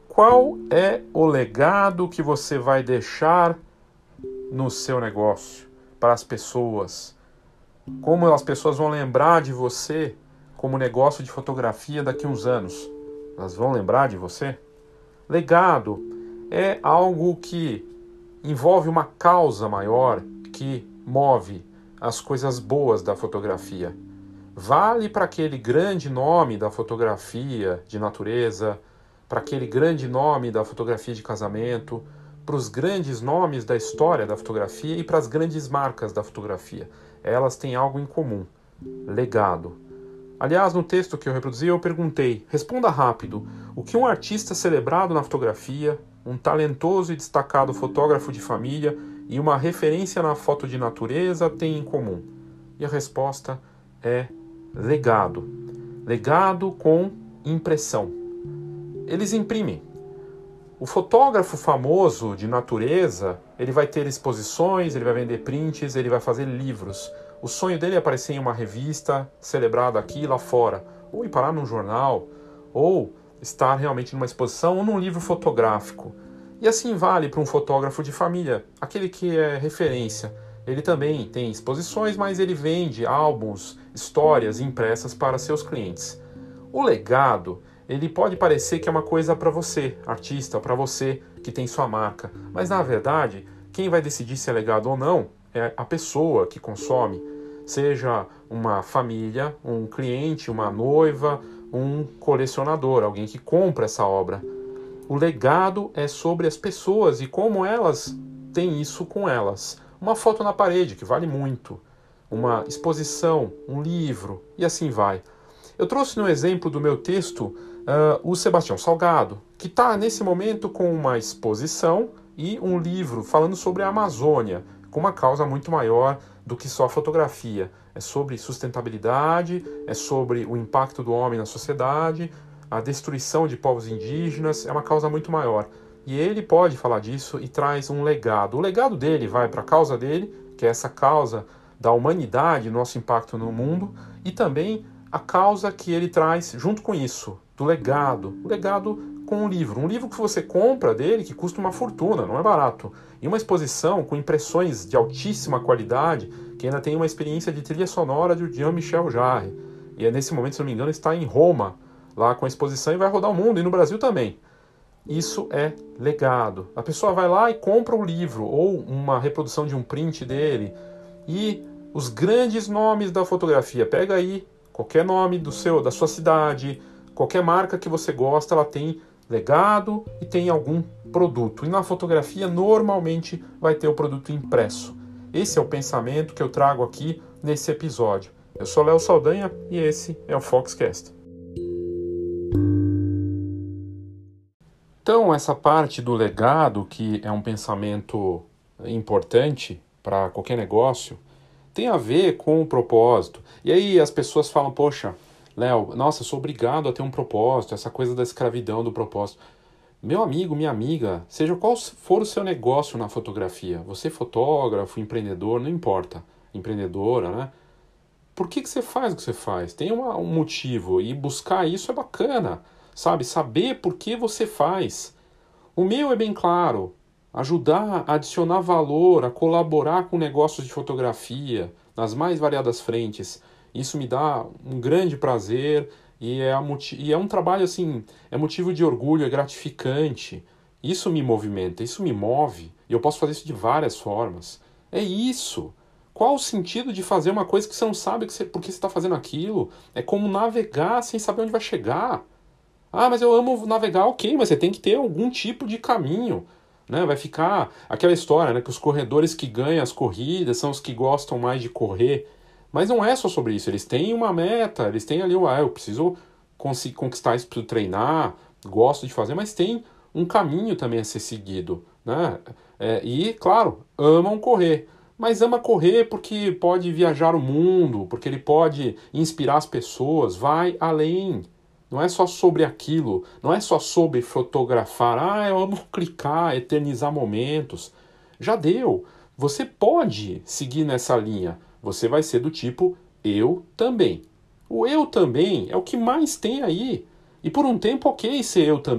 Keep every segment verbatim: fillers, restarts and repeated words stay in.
Qual é o legado que você vai deixar no seu negócio, para as pessoas? Como as pessoas vão lembrar de você como negócio de fotografia daqui a uns anos? Elas vão lembrar de você? Legado é algo que envolve uma causa maior que move as coisas boas da fotografia. Vale para aquele grande nome da fotografia de natureza, para aquele grande nome da fotografia de casamento, para os grandes nomes da história da fotografia e para as grandes marcas da fotografia. Elas têm algo em comum: legado. Aliás, no texto que eu reproduzi, eu perguntei: responda rápido, o que um artista celebrado na fotografia, um talentoso e destacado fotógrafo de família e uma referência na foto de natureza têm em comum? E a resposta é legado. Legado com impressão. Eles imprimem. O fotógrafo famoso de natureza, ele vai ter exposições, ele vai vender prints, ele vai fazer livros. O sonho dele é aparecer em uma revista celebrada aqui e lá fora, ou ir parar num jornal, ou estar realmente numa exposição ou num livro fotográfico. E assim vale para um fotógrafo de família, aquele que é referência. Ele também tem exposições, mas ele vende álbuns, histórias impressas para seus clientes. O legado, ele pode parecer que é uma coisa para você, artista, para você que tem sua marca. Mas na verdade, quem vai decidir se é legado ou não é a pessoa que consome. Seja uma família, um cliente, uma noiva, um colecionador, alguém que compra essa obra. O legado é sobre as pessoas e como elas têm isso com elas. Uma foto na parede, que vale muito. Uma exposição, um livro, e assim vai. Eu trouxe no exemplo do meu texto uh, o Sebastião Salgado, que está nesse momento com uma exposição e um livro falando sobre a Amazônia, com uma causa muito maior do que só a fotografia. É sobre sustentabilidade, é sobre o impacto do homem na sociedade, a destruição de povos indígenas, é uma causa muito maior. E ele pode falar disso e traz um legado. O legado dele vai para a causa dele, que é essa causa da humanidade, nosso impacto no mundo, e também a causa que ele traz junto com isso, do legado. O legado com um livro. Um livro que você compra dele, que custa uma fortuna, não é barato. E uma exposição com impressões de altíssima qualidade, que ainda tem uma experiência de trilha sonora de Jean-Michel Jarre. E é nesse momento, se não me engano, está em Roma, lá com a exposição, e vai rodar o mundo, e no Brasil também. Isso é legado. A pessoa vai lá e compra um livro, ou uma reprodução de um print dele, e os grandes nomes da fotografia. Pega aí qualquer nome do seu, da sua cidade, qualquer marca que você gosta, ela tem legado e tem algum produto. E na fotografia, normalmente, vai ter o produto impresso. Esse é o pensamento que eu trago aqui nesse episódio. Eu sou Léo Saldanha e esse é o Foxcast. Então, essa parte do legado, que é um pensamento importante para qualquer negócio, tem a ver com o propósito. E aí as pessoas falam: poxa, Léo, nossa, eu sou obrigado a ter um propósito, essa coisa da escravidão do propósito. Meu amigo, minha amiga, seja qual for o seu negócio na fotografia, você fotógrafo, empreendedor, não importa, empreendedora, né? Por que que você faz o que você faz? Tem uma, um motivo, e buscar isso é bacana, sabe? Saber por que você faz. O meu é bem claro: ajudar a adicionar valor, a colaborar com negócios de fotografia nas mais variadas frentes. Isso me dá um grande prazer e é, e é um trabalho assim, é motivo de orgulho, é gratificante. Isso me movimenta, isso me move e eu posso fazer isso de várias formas. É isso. Qual o sentido de fazer uma coisa que você não sabe que você, por que você está fazendo aquilo? É como navegar sem saber onde vai chegar. Ah, mas eu amo navegar, ok, mas você tem que ter algum tipo de caminho. Né? Vai ficar aquela história, né, que os corredores que ganham as corridas são os que gostam mais de correr. Mas não é só sobre isso. Eles têm uma meta, eles têm ali, ah, eu preciso conquistar isso, preciso treinar, gosto de fazer, mas tem um caminho também a ser seguido. Né? É, e, claro, amam correr. Mas ama correr porque pode viajar o mundo, porque ele pode inspirar as pessoas, vai além. Não é só sobre aquilo, não é só sobre fotografar. Ah, eu amo clicar, eternizar momentos. Já deu. Você pode seguir nessa linha. Você vai ser do tipo eu também. O eu também é o que mais tem aí. E por um tempo, ok ser eu também.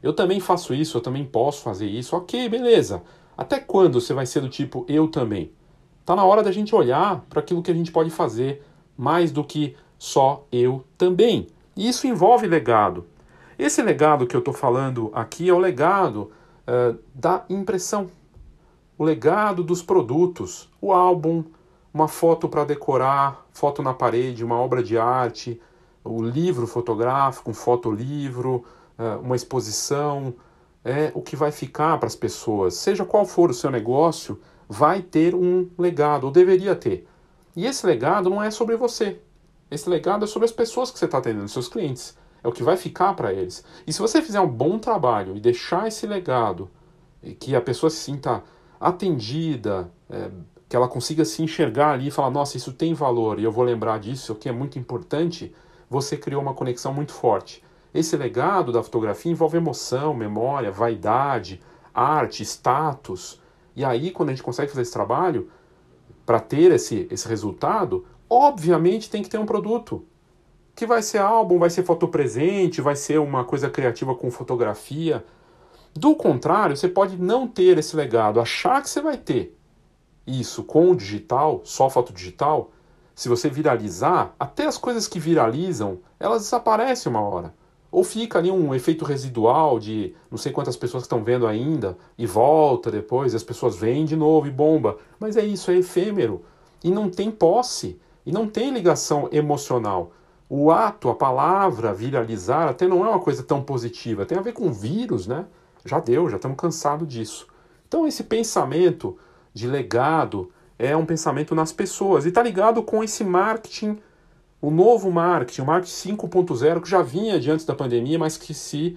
Eu também faço isso, eu também posso fazer isso. Ok, beleza. Até quando você vai ser do tipo eu também? Tá na hora da gente olhar para aquilo que a gente pode fazer mais do que só eu também. E isso envolve legado. Esse legado que eu estou falando aqui é o legado uh, da impressão. O legado dos produtos. O álbum, uma foto para decorar, foto na parede, uma obra de arte, o livro fotográfico, um fotolivro, uma exposição, é o que vai ficar para as pessoas. Seja qual for o seu negócio, vai ter um legado, ou deveria ter. E esse legado não é sobre você. Esse legado é sobre as pessoas que você está atendendo, seus clientes. É o que vai ficar para eles. E se você fizer um bom trabalho e deixar esse legado, que a pessoa se sinta atendida, é, que ela consiga se enxergar ali e falar, nossa, isso tem valor e eu vou lembrar disso, que é muito importante, você criou uma conexão muito forte. Esse legado da fotografia envolve emoção, memória, vaidade, arte, status. E aí, quando a gente consegue fazer esse trabalho, para ter esse, esse resultado, obviamente tem que ter um produto. Que vai ser álbum, vai ser fotopresente, vai ser uma coisa criativa com fotografia. Do contrário, você pode não ter esse legado, achar que você vai ter isso com o digital, só foto digital. Se você viralizar, até as coisas que viralizam, elas desaparecem uma hora. Ou fica ali um efeito residual de não sei quantas pessoas estão vendo ainda, e volta depois, e as pessoas veem de novo e bomba. Mas é isso, é efêmero. E não tem posse, e não tem ligação emocional. O ato, a palavra viralizar até não é uma coisa tão positiva, tem a ver com vírus, né? Já deu, já estamos cansados disso. Então esse pensamento de legado é um pensamento nas pessoas, e está ligado com esse marketing, o novo marketing, o marketing cinco ponto zero, que já vinha de antes da pandemia, mas que se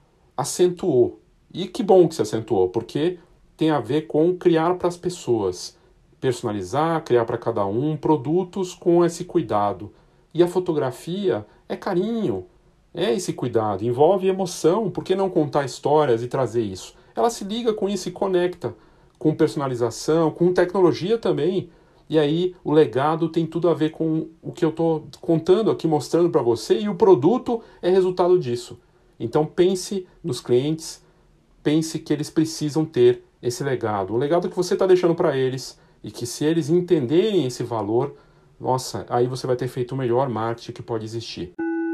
acentuou. E que bom que se acentuou, porque tem a ver com criar para as pessoas, personalizar, criar para cada um, produtos com esse cuidado. E a fotografia é carinho, é esse cuidado, envolve emoção. Por que não contar histórias e trazer isso? Ela se liga com isso e conecta com personalização, com tecnologia também. E aí o legado tem tudo a ver com o que eu estou contando aqui, mostrando para você, e o produto é resultado disso. Então pense nos clientes, pense que eles precisam ter esse legado. O legado que você está deixando para eles, e que se eles entenderem esse valor, nossa, aí você vai ter feito o melhor marketing que pode existir.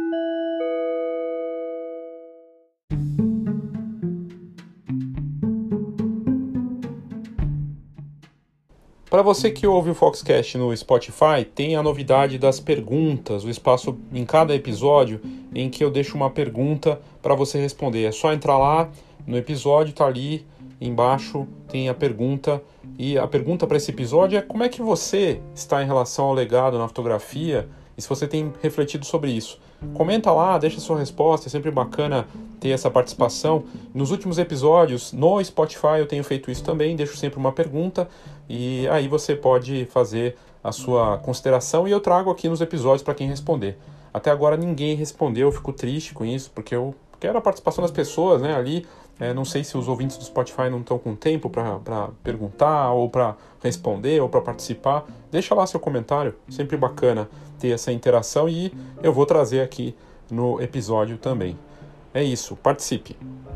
Para você que ouve o Foxcast no Spotify, tem a novidade das perguntas, o espaço em cada episódio em que eu deixo uma pergunta para você responder. É só entrar lá no episódio, tá ali embaixo, tem a pergunta. E a pergunta para esse episódio é como é que você está em relação ao legado na fotografia e se você tem refletido sobre isso. Comenta lá, deixa sua resposta, é sempre bacana ter essa participação. Nos últimos episódios, no Spotify, eu tenho feito isso também, deixo sempre uma pergunta e aí você pode fazer a sua consideração e eu trago aqui nos episódios para quem responder. Até agora ninguém respondeu, eu fico triste com isso, porque eu quero a participação das pessoas, né, ali. É, não sei se os ouvintes do Spotify não estão com tempo para perguntar, ou para responder, ou para participar. Deixa lá seu comentário, sempre bacana ter essa interação e eu vou trazer aqui no episódio também. É isso, participe!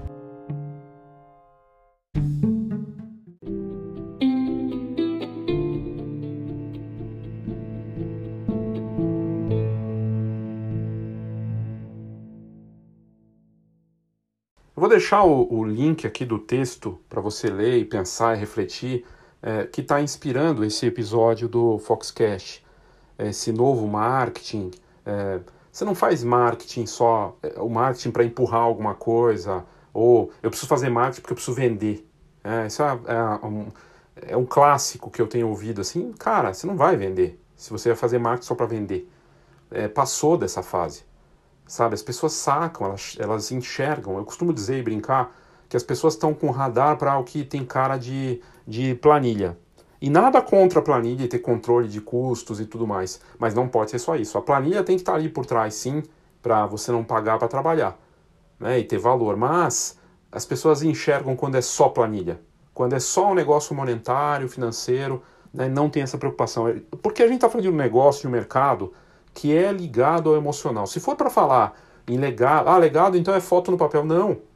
Eu vou deixar o, o link aqui do texto para você ler e pensar e refletir, é, que está inspirando esse episódio do Foxcast, esse novo marketing. É, você não faz marketing só, é, o marketing para empurrar alguma coisa, ou eu preciso fazer marketing porque eu preciso vender. É, isso é, é, um, é um clássico que eu tenho ouvido assim, cara, você não vai vender se você vai fazer marketing só para vender. É, passou dessa fase. Sabe, as pessoas sacam, elas, elas enxergam. Eu costumo dizer e brincar que as pessoas estão com radar para o que tem cara de, de planilha. E nada contra a planilha e ter controle de custos e tudo mais, mas não pode ser só isso. A planilha tem que estar ali por trás, sim, para você não pagar para trabalhar, né, e ter valor. Mas as pessoas enxergam quando é só planilha, quando é só um negócio monetário, financeiro, né, não tem essa preocupação. Porque a gente está falando de um negócio, de um mercado que é ligado ao emocional. Se for para falar em legado, ah, legado então é foto no papel. Não.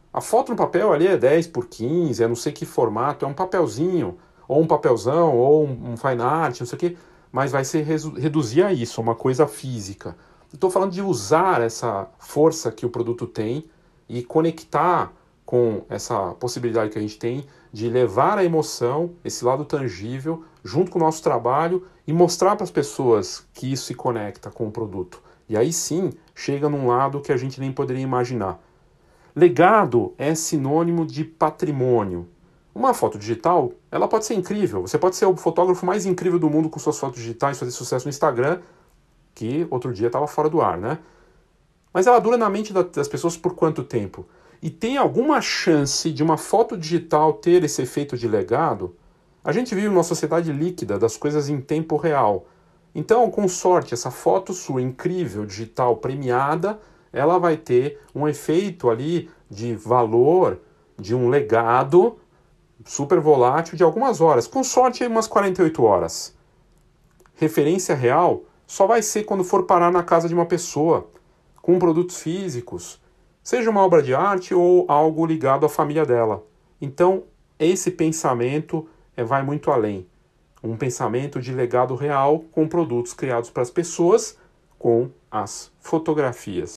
A foto no papel ali é dez por quinze, é não sei que formato, é um papelzinho, ou um papelzão, ou um, um fine art, não sei o que, mas vai se reduzir a isso, uma coisa física. Estou falando de usar essa força que o produto tem e conectar com essa possibilidade que a gente tem de levar a emoção, esse lado tangível, junto com o nosso trabalho e mostrar para as pessoas que isso se conecta com o produto. E aí sim, chega num lado que a gente nem poderia imaginar. Legado é sinônimo de patrimônio. Uma foto digital, ela pode ser incrível. Você pode ser o fotógrafo mais incrível do mundo com suas fotos digitais, fazer sucesso no Instagram, que outro dia estava fora do ar, né? Mas ela dura na mente das pessoas por quanto tempo? E tem alguma chance de uma foto digital ter esse efeito de legado? A gente vive numa sociedade líquida das coisas em tempo real. Então, com sorte, essa foto sua incrível, digital, premiada, ela vai ter um efeito ali de valor, de um legado super volátil de algumas horas. Com sorte, umas quarenta e oito horas. Referência real só vai ser quando for parar na casa de uma pessoa, com produtos físicos, seja uma obra de arte ou algo ligado à família dela. Então, esse pensamento é, vai muito além. Um pensamento de legado real com produtos criados para as pessoas, com as fotografias.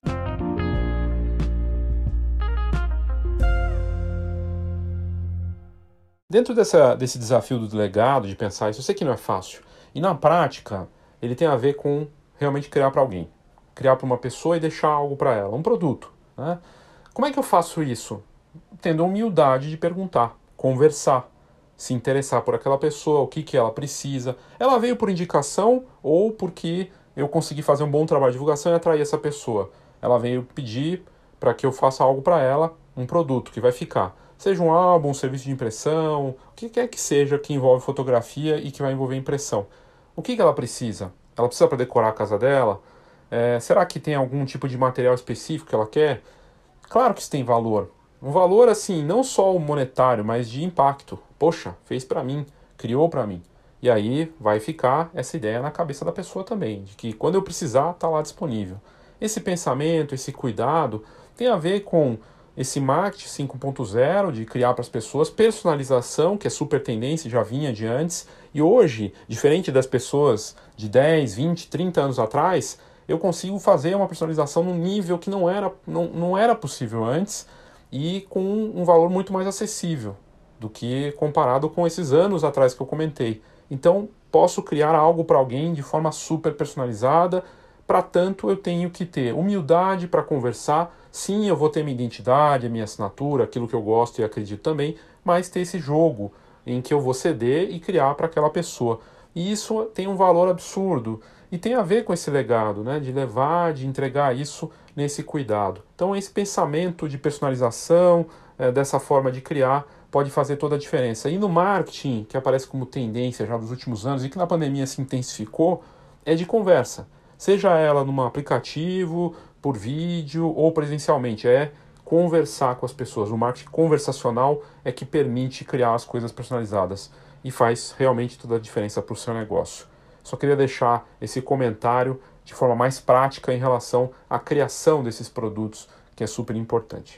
Dentro dessa, desse desafio do legado, de pensar isso, eu sei que não é fácil. E na prática, ele tem a ver com realmente criar para alguém. Criar para uma pessoa e deixar algo para ela, um produto. Né? Como é que eu faço isso? Tendo a humildade de perguntar, conversar, se interessar por aquela pessoa, o que, que ela precisa. Ela veio por indicação ou porque eu consegui fazer um bom trabalho de divulgação e atrair essa pessoa. Ela veio pedir para que eu faça algo para ela, um produto que vai ficar. Seja um álbum, um serviço de impressão, o que quer que seja que envolve fotografia e que vai envolver impressão. O que, que ela precisa? Ela precisa para decorar a casa dela? É, será que tem algum tipo de material específico que ela quer? Claro que isso tem valor. Um valor, assim, não só o monetário, mas de impacto. Poxa, fez para mim, criou para mim. E aí vai ficar essa ideia na cabeça da pessoa também, de que quando eu precisar, está lá disponível. Esse pensamento, esse cuidado, tem a ver com esse marketing cinco ponto zero, de criar para as pessoas, personalização, que é super tendência, já vinha de antes, e hoje, diferente das pessoas de dez, vinte, trinta anos atrás, eu consigo fazer uma personalização num nível que não era, não, não era possível antes, e com um valor muito mais acessível do que comparado com esses anos atrás que eu comentei. Então, posso criar algo para alguém de forma super personalizada. Para tanto, eu tenho que ter humildade para conversar. Sim, eu vou ter minha identidade, a minha assinatura, aquilo que eu gosto e acredito também, mas ter esse jogo em que eu vou ceder e criar para aquela pessoa. E isso tem um valor absurdo e tem a ver com esse legado, né? De levar, de entregar isso nesse cuidado. Então, esse pensamento de personalização, é, dessa forma de criar, pode fazer toda a diferença. E no marketing, que aparece como tendência já nos últimos anos e que na pandemia se intensificou, é de conversa. Seja ela num aplicativo, por vídeo ou presencialmente, é conversar com as pessoas. O marketing conversacional é que permite criar as coisas personalizadas e faz realmente toda a diferença para o seu negócio. Só queria deixar esse comentário de forma mais prática em relação à criação desses produtos, que é super importante.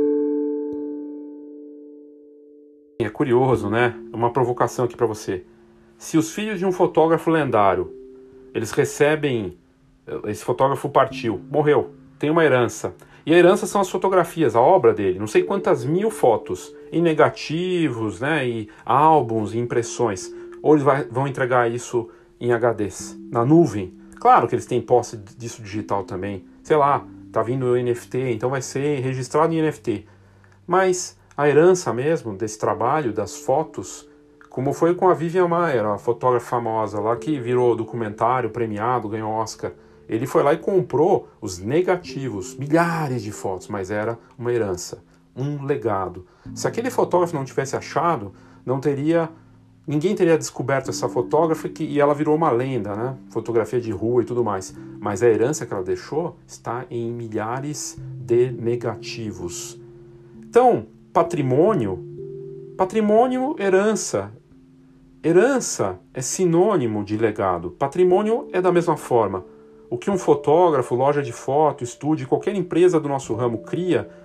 É curioso, né? Uma provocação aqui para você. Se os filhos de um fotógrafo lendário, eles recebem... Esse fotógrafo partiu, morreu, tem uma herança. E a herança são as fotografias, a obra dele. Não sei quantas mil fotos em negativos, né? E álbuns, e impressões. Ou eles vai, vão entregar isso em H Ds, na nuvem. Claro que eles têm posse disso digital também. Sei lá, tá vindo o N F T, então vai ser registrado em N F T. Mas a herança mesmo desse trabalho, das fotos, como foi com a Vivian Maier, a fotógrafa famosa lá que virou documentário, premiado, ganhou Oscar. Ele foi lá e comprou os negativos, milhares de fotos, mas era uma herança, um legado. Se aquele fotógrafo não tivesse achado, não teria... Ninguém teria descoberto essa fotógrafa que, e ela virou uma lenda, né? Fotografia de rua e tudo mais. Mas a herança que ela deixou está em milhares de negativos. Então, patrimônio, patrimônio, herança. Herança é sinônimo de legado. Patrimônio é da mesma forma. O que um fotógrafo, loja de foto, estúdio, qualquer empresa do nosso ramo cria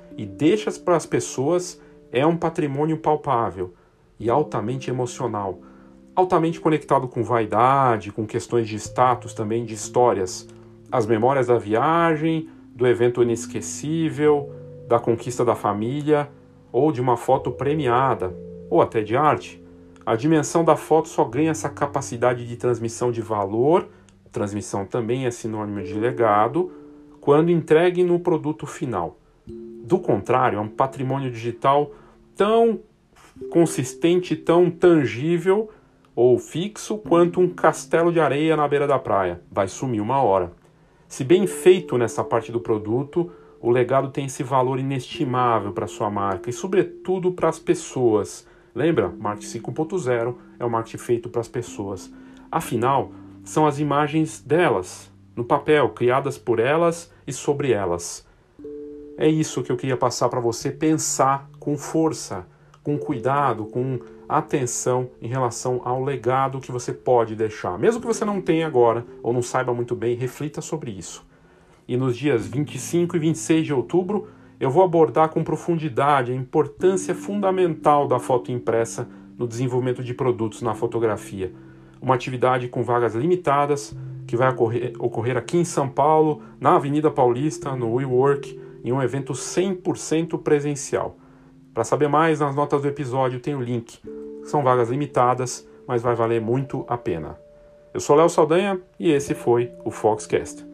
e deixa para as pessoas é um patrimônio palpável e altamente emocional, altamente conectado com vaidade, com questões de status também, de histórias, as memórias da viagem, do evento inesquecível, da conquista da família ou de uma foto premiada, ou até de arte. A dimensão da foto só ganha essa capacidade de transmissão de valor, transmissão também é sinônimo de legado, quando entregue no produto final. Do contrário, é um patrimônio digital tão consistente, tão tangível ou fixo quanto um castelo de areia na beira da praia. Vai sumir uma hora. Se bem feito nessa parte do produto, o legado tem esse valor inestimável para sua marca e, sobretudo, para as pessoas. Lembra? Marketing cinco ponto zero é o marketing feito para as pessoas. Afinal, são as imagens delas, no papel, criadas por elas e sobre elas. É isso que eu queria passar para você pensar com força, com cuidado, com atenção em relação ao legado que você pode deixar. Mesmo que você não tenha agora ou não saiba muito bem, reflita sobre isso. E nos dias vinte e cinco e vinte e seis de outubro, eu vou abordar com profundidade a importância fundamental da foto impressa no desenvolvimento de produtos na fotografia. Uma atividade com vagas limitadas que vai ocorrer, ocorrer aqui em São Paulo, na Avenida Paulista, no WeWork, em um evento cem por cento presencial. Para saber mais, nas notas do episódio tem o link. São vagas limitadas, mas vai valer muito a pena. Eu sou Léo Saldanha e esse foi o Foxcast.